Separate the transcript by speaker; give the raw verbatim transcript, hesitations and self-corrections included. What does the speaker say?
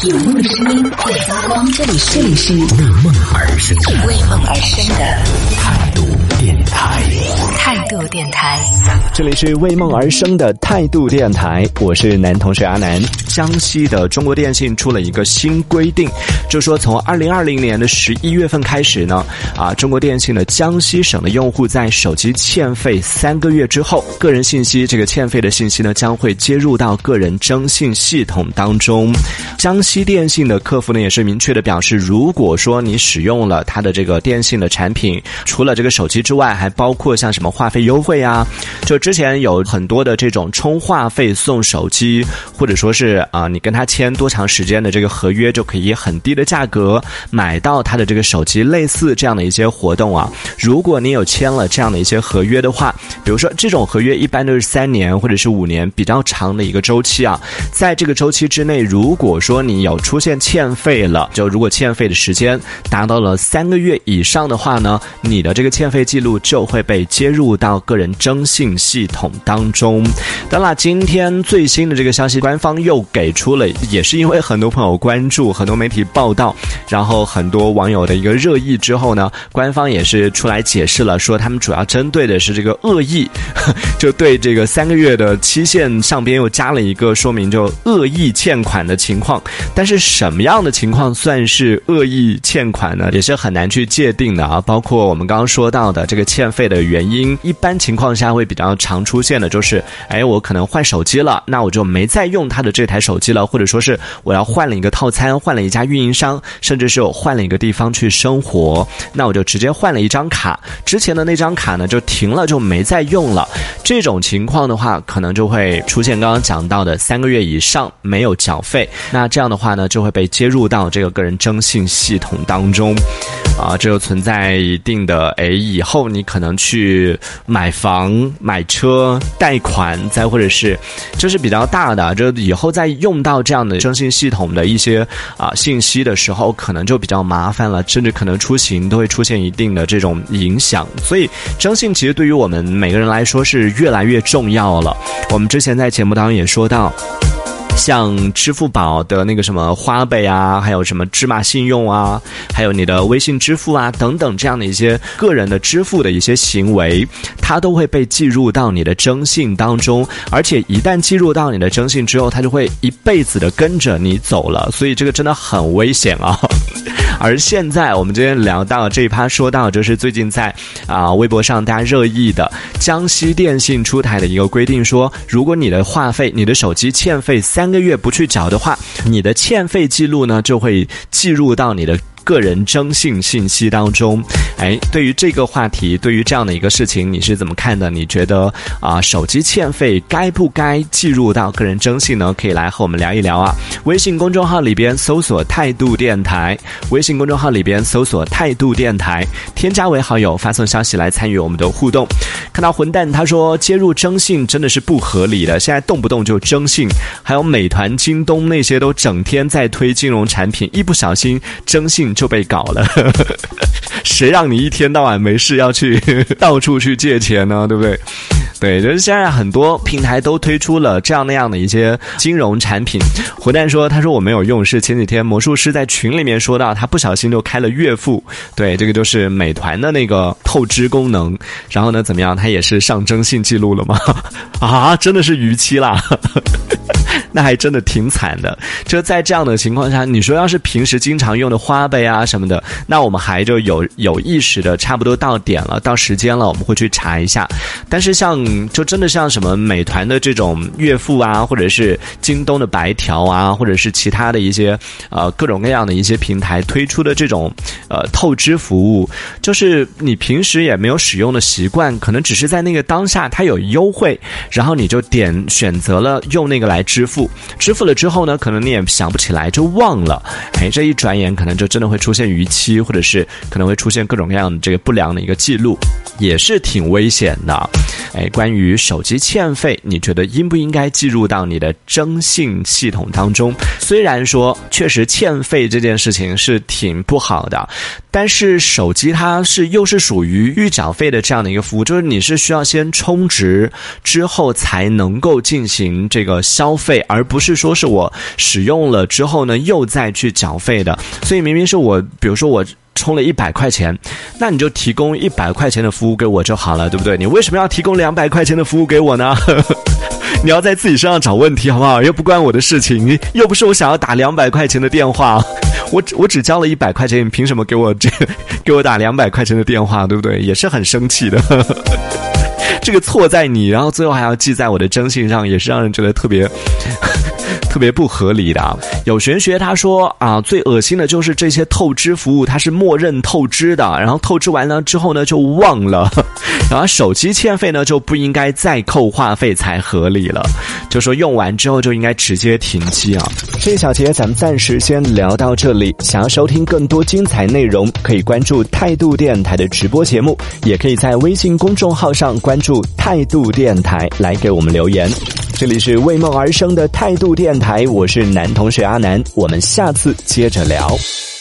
Speaker 1: 有梦的声音会发光，这里是里是
Speaker 2: 为梦而生的
Speaker 1: 为梦而生的
Speaker 2: 态度电台。
Speaker 1: 态度电台，
Speaker 3: 这里是为梦而生的态度电台，我是男同学阿南。江西的中国电信出了一个新规定，就说从二零二零年的十一月份开始呢，啊，中国电信的江西省的用户在手机欠费三个月之后，个人信息这个欠费的信息呢将会接入到个人征信系统当中。江西电信的客服呢也是明确的表示，如果说你使用了它的这个电信的产品，除了这个手机之外，还包括像什么话费优惠啊，就之前有很多的这种充话费送手机，或者说是啊、呃，你跟他签多长时间的这个合约，就可以以很低的价格买到他的这个手机，类似这样的一些活动啊。如果你有签了这样的一些合约的话，比如说这种合约一般都是三年或者是五年，比较长的一个周期啊。在这个周期之内，如果说你有出现欠费了，就如果欠费的时间达到了三个月以上的话呢，你的这个欠费记录就会被接入到个人征信系统当中。当然今天最新的这个消息，官方又给出了，也是因为很多朋友关注，很多媒体报道，然后很多网友的一个热议之后呢，官方也是出来解释了，说他们主要针对的是这个恶意，就对这个三个月的期限上边又加了一个说明，就恶意欠款的情况。但是什么样的情况算是恶意欠款呢？也是很难去界定的啊。包括我们刚刚说到的这个欠费的原因，一般情况下会比较常出现的就是，哎，我可能换手机了，那我就没再用他的这台手机了，或者说是我要换了一个套餐，换了一家运营商，甚至是我换了一个地方去生活，那我就直接换了一张卡，之前的那张卡呢就停了，就没再用了。这种情况的话，可能就会出现刚刚讲到的三个月以上没有缴费，那这样的话呢，就会被接入到这个个人征信系统当中。啊，这就存在一定的，哎，以后你可能去买房、买车、贷款，再或者是就是比较大的，就以后再用到这样的征信系统的一些啊信息的时候，可能就比较麻烦了，甚至可能出行都会出现一定的这种影响。所以征信其实对于我们每个人来说是越来越重要了。我们之前在节目当中也说到，像支付宝的那个什么花呗啊，还有什么芝麻信用啊，还有你的微信支付啊等等，这样的一些个人的支付的一些行为，它都会被记入到你的征信当中，而且一旦记入到你的征信之后，它就会一辈子的跟着你走了，所以这个真的很危险啊。而现在我们今天聊到这一趴，说到就是最近在啊、呃、微博上大家热议的江西电信出台的一个规定，说如果你的话费、你的手机欠费三个月不去缴的话，你的欠费记录呢就会记入到你的个人征信信息当中。哎，对于这个话题，对于这样的一个事情，你是怎么看的？你觉得啊、呃，手机欠费该不该记入到个人征信呢？可以来和我们聊一聊啊。微信公众号里边搜索态度电台，微信公众号里边搜索态度电台，添加为好友，发送消息来参与我们的互动。看到混蛋他说，接入征信真的是不合理的，现在动不动就征信，还有美团、京东那些都整天在推金融产品，一不小心征信就被搞了。谁让你一天到晚没事要去到处去借钱呢？对不对？对，就是现在很多平台都推出了这样那样的一些金融产品。混蛋说，他说我没有用，是前几天魔术师在群里面说到，他不小心就开了月付。对，这个就是美团的那个透支功能。然后呢，怎么样？他也是上征信记录了吗？啊，真的是逾期啦。那还真的挺惨的。就在这样的情况下，你说要是平时经常用的花呗啊什么的，那我们还就有有意识的，差不多到点了，到时间了，我们会去查一下。但是像就真的像什么美团的这种月付啊，或者是京东的白条啊，或者是其他的一些呃各种各样的一些平台推出的这种呃透支服务，就是你平时也没有使用的习惯，可能只是在那个当下它有优惠，然后你就点选择了用那个来支付。支付了之后呢，可能你也想不起来，就忘了。哎，这一转眼可能就真的会出现逾期，或者是可能会出现各种各样的这个不良的一个记录，也是挺危险的。哎，关于手机欠费，你觉得应不应该记入到你的征信系统当中？虽然说确实欠费这件事情是挺不好的， 但是手机它是又是属于预缴费的这样的一个服务，就是你是需要先充值之后才能够进行这个消费，而不是说是我使用了之后呢又再去缴费的。所以明明是我比如说我充了一百块钱，那你就提供一百块钱的服务给我就好了，对不对？你为什么要提供两百块钱的服务给我呢？你要在自己身上找问题好不好？又不关我的事情，又不是我想要打两百块钱的电话，我只我只交了一百块钱，你凭什么给我这给我打两百块钱的电话，对不对？也是很生气的。这个错在你，然后最后还要记在我的征信上，也是让人觉得特别特别不合理的啊。有玄学他说啊，最恶心的就是这些透支服务，它是默认透支的，然后透支完了之后呢就忘了，然后手机欠费呢就不应该再扣话费才合理了，就说用完之后就应该直接停机啊。这一小节咱们暂时先聊到这里，想要收听更多精彩内容，可以关注态度电台的直播节目，也可以在微信公众号上关注态度电台来给我们留言。这里是为梦而生的态度电台，我是男同学阿南，我们下次接着聊。